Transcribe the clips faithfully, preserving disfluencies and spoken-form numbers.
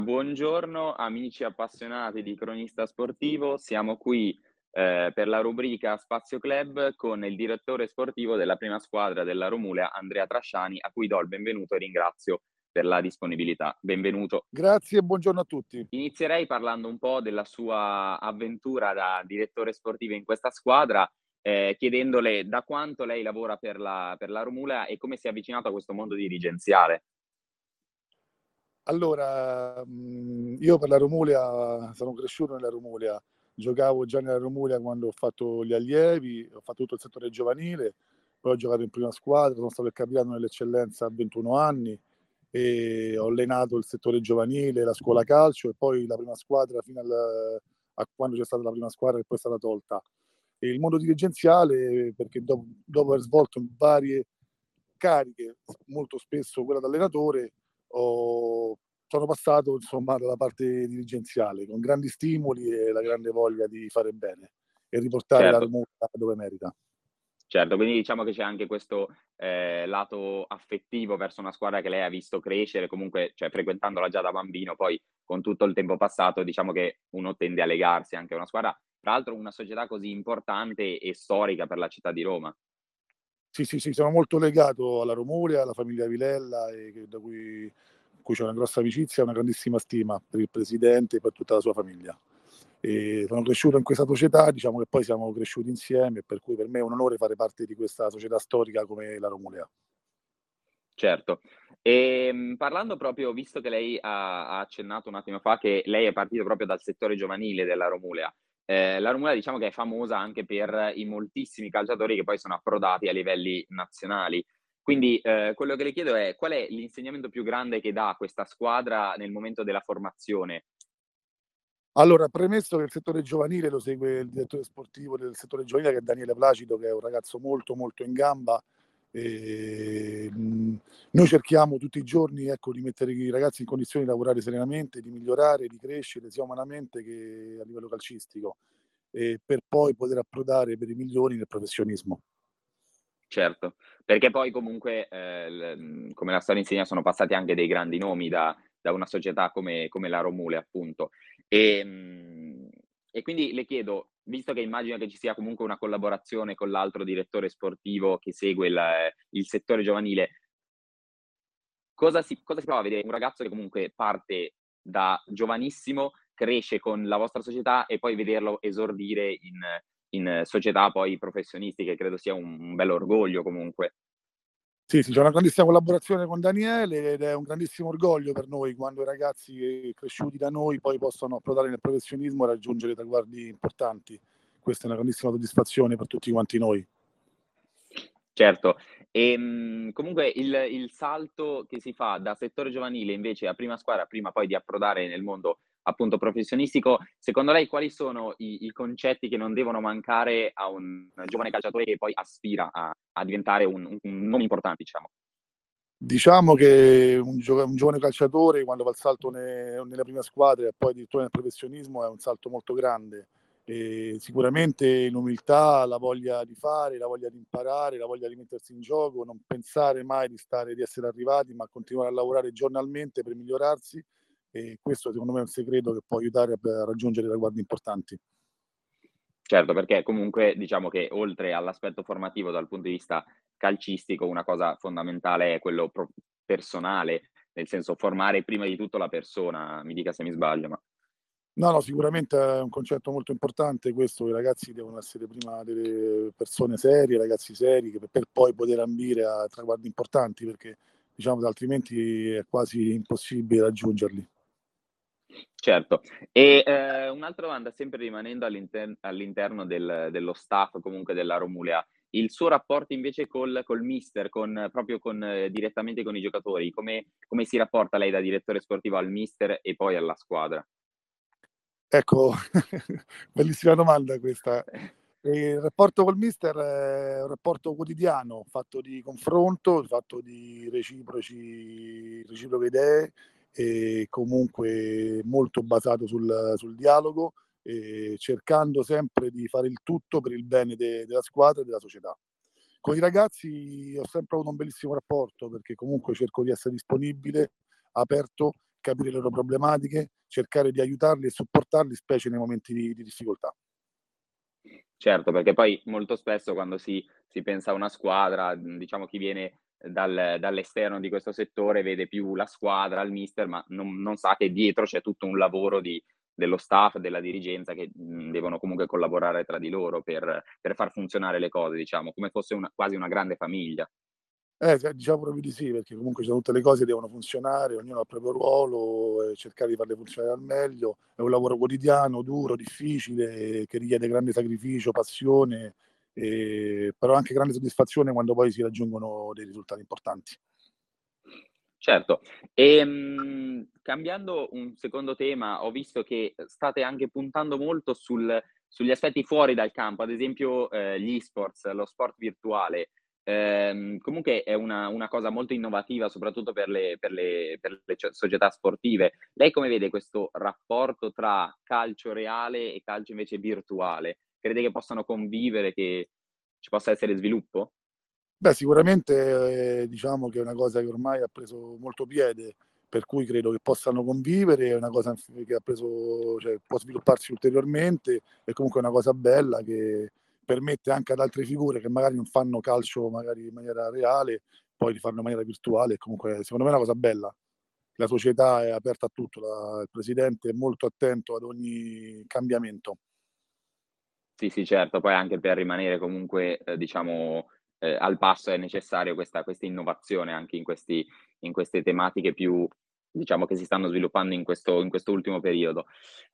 Buongiorno amici appassionati di Cronista Sportivo, siamo qui, ehm, per la rubrica Spazio Club con il direttore sportivo della prima squadra della Romulea, Andrea Trasciani, a cui do il benvenuto e ringrazio per la disponibilità. Benvenuto. Grazie e buongiorno a tutti. Inizierei parlando un po' della sua avventura da direttore sportivo in questa squadra, ehm, chiedendole da quanto lei lavora per la per la Romulea e come si è avvicinato a questo mondo dirigenziale. Allora, mhmm, io per la Romulea sono cresciuto nella Romulea, giocavo già nella Romulea quando ho fatto gli allievi, ho fatto tutto il settore giovanile, poi ho giocato in prima squadra, sono stato il capitano dell'eccellenza a ventuno anni e ho allenato il settore giovanile, la scuola calcio e poi la prima squadra fino al a quando c'è stata la prima squadra che poi è stata tolta. E il mondo dirigenziale perché do dopo aver svolto varie cariche, molto spesso quella da allenatore, ho sono passato insomma dalla parte dirigenziale, con grandi stimoli e la grande voglia di fare bene e riportare la Certo. Romulea dove merita. Certo, quindi diciamo che c'è anche questo, ehm, lato affettivo verso una squadra che lei ha visto crescere, comunque, cioè frequentandola già da bambino, poi con tutto il tempo passato diciamo che uno tende a legarsi anche a una squadra, tra l'altro una società così importante e storica per la città di Roma. Sì, sì, sì, sono molto legato alla Romulea, alla famiglia Vilella e che da cui cui c'ho una grossa amicizia e una grandissima stima per il presidente e per tutta la sua famiglia. E sono cresciuto in questa società, diciamo che poi siamo cresciuti insieme, per cui per me è un onore fare parte di questa società storica come la Romulea. Certo. Ehm, parlando proprio visto che lei ha ha accennato un attimo fa che lei è partito proprio dal settore giovanile della Romulea. Ehm, la Romulea diciamo che è famosa anche per i moltissimi calciatori che poi sono approdati a livelli nazionali. Quindi, ehm, quello che le chiedo è: qual è l'insegnamento più grande che dà questa squadra nel momento della formazione? Allora, premesso che il settore giovanile lo segue il direttore sportivo del settore giovanile che è Daniele Placido, che è un ragazzo molto, molto in gamba, ehm, noi cerchiamo tutti i giorni, ecco, di mettere i ragazzi in condizioni di lavorare serenamente, di migliorare, di crescere sia umanamente che a livello calcistico, e per poi poter approdare per i migliori nel professionismo. Certo, perché poi comunque, ehm, l mhmm, come la storia insegna, sono passati anche dei grandi nomi da da una società come come la Romule, appunto. Ehm, e quindi le chiedo, visto che immagino che ci sia comunque una collaborazione con l'altro direttore sportivo che segue il il settore giovanile, cosa si cosa si prova a vedere un ragazzo che comunque parte da giovanissimo, cresce con la vostra società e poi vederlo esordire in in società poi professionistiche, credo sia un un bell'orgoglio comunque. Sì, sì, c'è una grandissima collaborazione con Daniele ed è un grandissimo orgoglio per noi quando i ragazzi cresciuti da noi poi possono approdare nel professionismo e raggiungere traguardi importanti. Questa è una grandissima soddisfazione per tutti quanti noi. Certo. Ehm, comunque il il salto che si fa da settore giovanile invece a prima squadra, prima poi di approdare nel mondo appunto professionistico, secondo lei quali sono i i concetti che non devono mancare a un giovane calciatore che poi aspira a a diventare un un un nome importante, diciamo? Diciamo che un gio un giovane calciatore quando fa il salto ne nella prima squadra e poi addirittura nel professionismo è un salto molto grande. Ehm, sicuramente l'umiltà, la voglia di fare, la voglia di imparare, la voglia di mettersi in gioco, non pensare mai di stare di essere arrivati, ma continuare a lavorare giornalmente per migliorarsi, e questo secondo me è un segreto che può aiutare a b a raggiungere traguardi importanti. Certo, perché comunque diciamo che oltre all'aspetto formativo dal punto di vista calcistico, una cosa fondamentale è quello pro personale, nel senso formare prima di tutto la persona, mi dica se mi sbaglio, ma No, no, sicuramente è un concetto molto importante questo, i ragazzi devono essere prima delle persone serie, ragazzi seri, che per per poi poter ambire a traguardi importanti, perché diciamo che altrimenti è quasi impossibile raggiungerli. certo. E, ehm, un'altra domanda sempre rimanendo all'inter all'interno del dello staff comunque della Romulea. Il suo rapporto invece col col mister, con proprio con eh, direttamente con i giocatori, come come si rapporta lei da direttore sportivo al mister e poi alla squadra? Ecco, bellissima domanda questa. Ehm, il rapporto col mister è un rapporto quotidiano, fatto di confronto, fatto di reciproci reciproche idee e comunque molto basato sul sul dialogo, e cercando sempre di fare il tutto per il bene de della squadra e della società. Con i ragazzi ho sempre avuto un bellissimo rapporto, perché comunque cerco di essere disponibile, aperto capire le loro problematiche, cercare di aiutarli e supportarli, specie nei momenti di di difficoltà. Certo, perché poi molto spesso quando si si pensa a una squadra, mhmm, diciamo chi viene dal dall'esterno di questo settore vede più la squadra, il mister, ma non non sa che dietro c'è tutto un lavoro di dello staff, della dirigenza che, mhmm, devono comunque collaborare tra di loro per per far funzionare le cose, diciamo, come fosse una quasi una grande famiglia. Eh, cioè, diciamo proprio di sì, perché comunque ci tutte le cose devono funzionare, ognuno ha il proprio ruolo e cercare di farle funzionare al meglio. È un lavoro quotidiano, duro, difficile, che richiede grande sacrificio, passione, ehm, però anche grande soddisfazione quando poi si raggiungono dei risultati importanti. Certo. Ehm, cambiando un secondo tema, ho visto che state anche puntando molto sul sugli aspetti fuori dal campo, ad esempio, ehm, gli e-sports, lo sport virtuale. Ehm, comunque è una una cosa molto innovativa, soprattutto per le per le per le cio società sportive. Lei come vede questo rapporto tra calcio reale e calcio invece virtuale? Crede che possano convivere, che ci possa essere sviluppo? Beh, sicuramente, ehm, diciamo che è una cosa che ormai ha preso molto piede, per cui credo che possano convivere, è una cosa f che ha preso cioè può svilupparsi ulteriormente, è comunque una cosa bella che permette anche ad altre figure che magari non fanno calcio magari in maniera reale, poi di farlo in maniera virtuale e comunque secondo me è una cosa bella. La società è aperta a tutto, la il presidente è molto attento ad ogni cambiamento. Sì, sì, certo, poi anche per rimanere comunque, ehm, diciamo, ehm, al passo è necessario questa questa innovazione anche in questi in queste tematiche più, diciamo, che si stanno sviluppando in questo in questo ultimo periodo.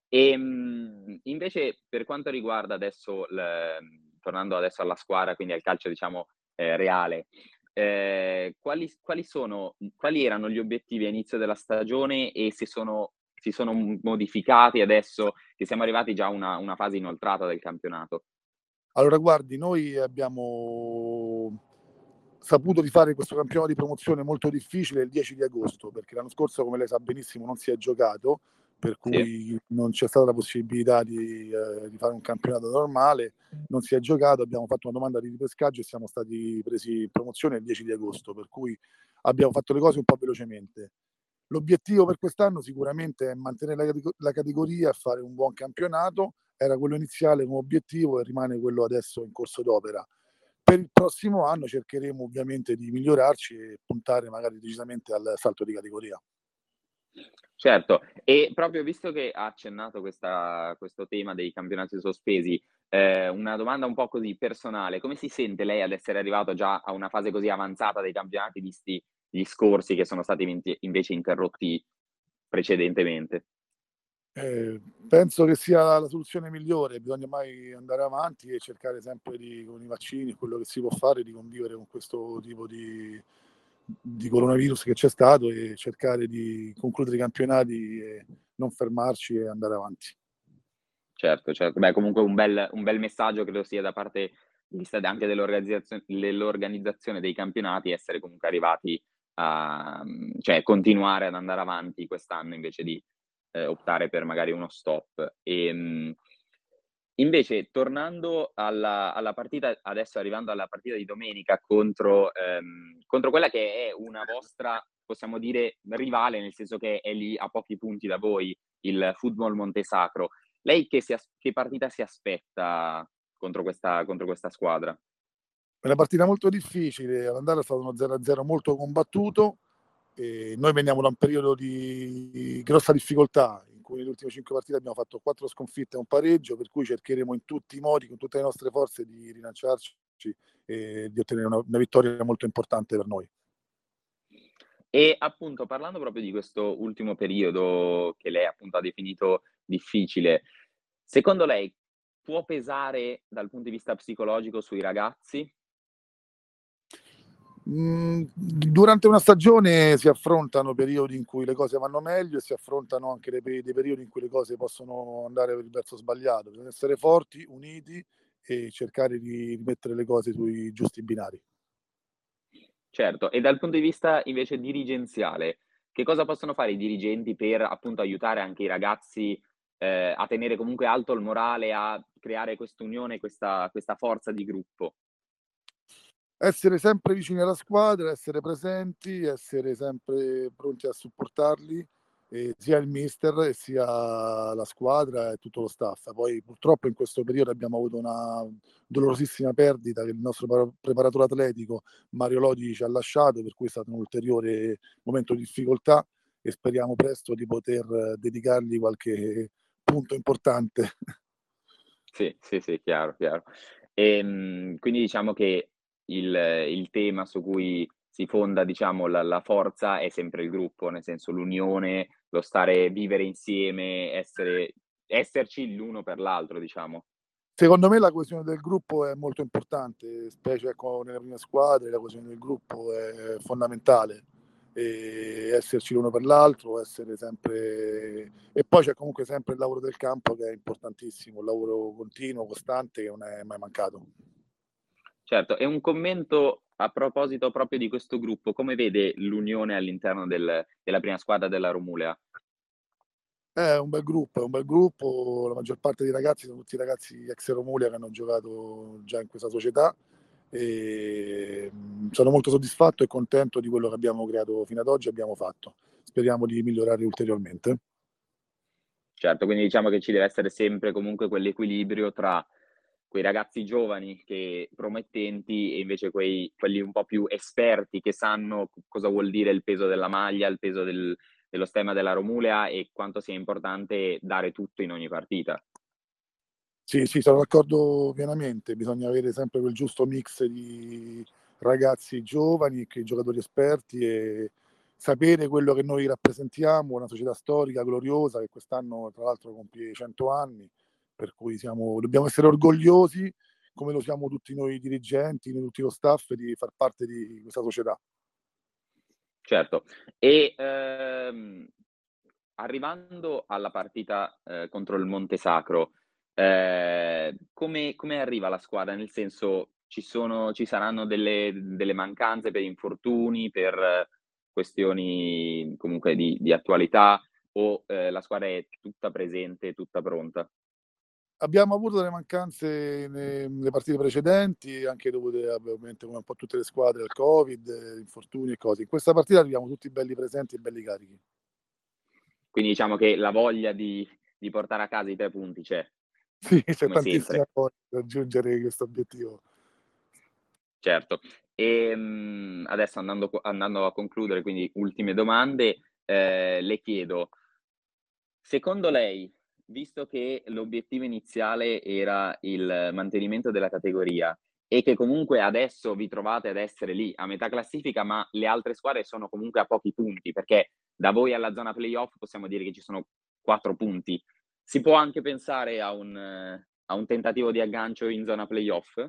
Ehm, invece per quanto riguarda adesso l mhmm, tornando adesso alla squadra, quindi al calcio diciamo, ehm, reale, ehm, quali s quali sono mhmm, quali erano gli obiettivi a inizio della stagione e se sono si sono m modificati adesso che siamo arrivati già a una una fase inoltrata del campionato? Allora guardi, noi abbiamo saputo di fare questo campionato di promozione molto difficile il dieci di agosto, perché l'anno scorso, come lei sa benissimo, non si è giocato, per Sì, cui non c'è stata la possibilità di ehm, di fare un campionato normale, non si è giocato, abbiamo fatto una domanda di ripescaggio e siamo stati presi in promozione il dieci di agosto, per cui abbiamo fatto le cose un po' velocemente. L'obiettivo per quest'anno sicuramente è mantenere la catego la categoria e fare un buon campionato. Era quello iniziale come obiettivo e rimane quello adesso in corso d'opera. Per il prossimo anno cercheremo ovviamente di migliorarci e puntare magari decisamente al salto di categoria. certo. E proprio visto che ha accennato questa questo tema dei campionati sospesi, ehm, una domanda un po' così personale: come si sente lei ad essere arrivato già a una fase così avanzata dei campionati, visti gli scorsi che sono stati inventi invece interrotti precedentemente? Ehm, penso che sia la soluzione migliore, bisogna mai andare avanti e cercare sempre di con i vaccini, quello che si può fare, di convivere con questo tipo di di coronavirus che c'è stato e cercare di concludere i campionati e non fermarci e andare avanti. Certo, certo. Beh, comunque un bel un bel messaggio credo sia da parte vista anche dell'organizzazio dell'organizzazione dei campionati, essere comunque arrivati a mhmm, cioè continuare ad andare avanti quest'anno invece di, ehm, optare per magari uno stop. Ehm, invece tornando alla alla partita adesso arrivando alla partita di domenica contro ehm, contro quella che è una vostra, possiamo dire, rivale, nel senso che è lì a pochi punti da voi, il Football Montesacro. Lei che si as che partita si aspetta contro questa contro questa squadra? È una partita molto difficile, all'andata è stato uno zero a zero molto combattuto e noi veniamo da un periodo di grossa difficoltà, in cui nelle ultime cinque partite abbiamo fatto quattro sconfitte e un pareggio, per cui cercheremo in tutti i modi, con tutte le nostre forze di rilanciarci e di ottenere una una vittoria molto importante per noi. E appunto parlando proprio di questo ultimo periodo che lei appunto ha definito difficile, secondo lei può pesare dal punto di vista psicologico sui ragazzi? Mhmm, durante una stagione si affrontano periodi in cui le cose vanno meglio e si affrontano anche dei pe dei periodi in cui le cose possono andare per il verso sbagliato. Bisogna essere forti, uniti e cercare di rimettere le cose sui giusti binari. Certo, e dal punto di vista invece dirigenziale, che cosa possono fare i dirigenti per, appunto, aiutare anche i ragazzi, ehm, a tenere comunque alto il morale, a creare quest'unione, questa questa forza di gruppo? Essere sempre vicini alla squadra, essere presenti, essere sempre pronti a supportarli, ehm, sia il mister e sia la squadra e tutto lo staff. Poi purtroppo in questo periodo abbiamo avuto una dolorosissima perdita che il nostro para preparatore atletico Mario Lodi ci ha lasciato, per cui è stato un ulteriore momento di difficoltà e speriamo presto di poter dedicargli qualche punto importante. Sì, sì, sì, chiaro, chiaro. Ehm, quindi diciamo che il il tema su cui si fonda, diciamo, la la forza è sempre il gruppo, nel senso l'unione, lo stare vivere insieme, essere esserci l'uno per l'altro, diciamo. Secondo me la coesione del gruppo è molto importante, specie ecco nelle prime squadre, la coesione del gruppo è fondamentale. Ehm, esserci l'uno per l'altro, essere sempre e poi c'è comunque sempre il lavoro del campo che è importantissimo, un lavoro continuo, costante che non è mai mancato. Certo, e un commento a proposito proprio di questo gruppo, come vede l'unione all'interno del della prima squadra della Romulea? È un bel gruppo, è un bel gruppo, la maggior parte dei ragazzi sono tutti ragazzi ex Romulea che hanno giocato già in questa società. Ehm, sono molto soddisfatto e contento di quello che abbiamo creato fino ad oggi e abbiamo fatto. Speriamo di migliorare ulteriormente. Certo, quindi diciamo che ci deve essere sempre comunque quell'equilibrio tra quei ragazzi giovani che promettenti e invece quei quelli un po' più esperti che sanno c cosa vuol dire il peso della maglia, il peso del dello stemma della Romulea e quanto sia importante dare tutto in ogni partita. Sì, sì, sono d'accordo pienamente. Bisogna avere sempre quel giusto mix di ragazzi giovani e che giocatori esperti e sapere quello che noi rappresentiamo, una società storica gloriosa che quest'anno tra l'altro compie cento anni, per cui siamo dobbiamo essere orgogliosi, come lo siamo tutti noi dirigenti, noi tutto lo staff, di far parte di questa società. Certo. E, ehm, arrivando alla partita, ehm, contro il Monte Sacro, ehm, come come arriva la squadra? Nel senso, ci sono ci saranno delle delle mancanze per infortuni, per questioni comunque di di attualità o, ehm, la squadra è tutta presente, tutta pronta? Abbiamo avuto delle mancanze ne nelle partite precedenti, anche dovute vabbè ovviamente come un po' tutte le squadre al Covid, infortuni e cose. In questa partita arriviamo tutti belli presenti e belli carichi. Quindi diciamo che la voglia di di portare a casa i tre punti c'è, Sì, c'è come tantissima sempre. voglia di raggiungere questo obiettivo. Certo. Ehm, adesso andando co andando a concludere, quindi ultime domande, ehm, le chiedo: secondo lei, visto che l'obiettivo iniziale era il mantenimento della categoria e che comunque adesso vi trovate ad essere lì a metà classifica, ma le altre squadre sono comunque a pochi punti, perché da voi alla zona playoff possiamo dire che ci sono quattro punti. Si può anche pensare a un a un tentativo di aggancio in zona playoff?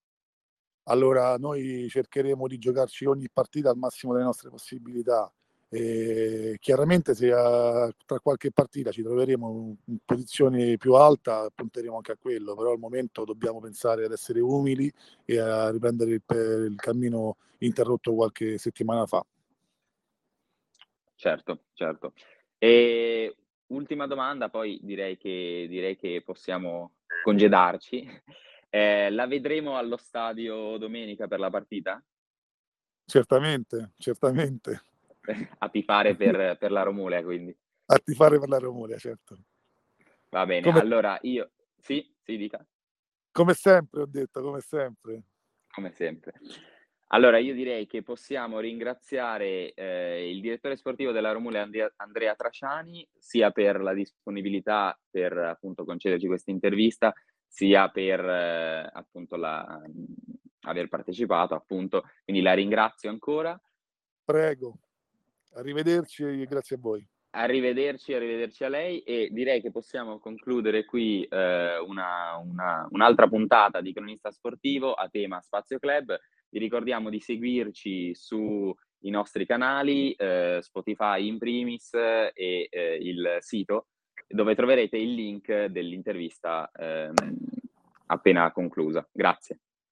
Allora noi cercheremo di giocarci ogni partita al massimo delle nostre possibilità. Ehm, chiaramente se a tra qualche partita ci troveremo in posizione più alta, punteremo anche a quello, però al momento dobbiamo pensare ad essere umili e a riprendere il pe il cammino interrotto qualche settimana fa. Certo, certo. Ehm, ultima domanda, poi direi che direi che possiamo congedarci. Ehm, la vedremo allo stadio domenica per la partita? Certamente, certamente. A tifare per per la Romulea quindi. A tifare per la Romulea, certo. Va bene, Come allora io sì, sì dica. come sempre ho detto, come sempre. Come sempre. Allora io direi che possiamo ringraziare, ehm, il direttore sportivo della Romulea Andrea Andrea Trasciani, sia per la disponibilità per appunto concederci questa intervista, sia per eh, appunto la mhmm, aver partecipato appunto. Quindi la ringrazio ancora. Prego. Arrivederci e grazie a voi. Arrivederci, arrivederci a lei e direi che possiamo concludere qui, ehm, una una un'altra puntata di Cronista Sportivo a tema Spazio Club. Vi ricordiamo di seguirci sui nostri canali, ehm, Spotify in primis eh, e, ehm, il sito, dove troverete il link dell'intervista, ehm, appena conclusa. Grazie.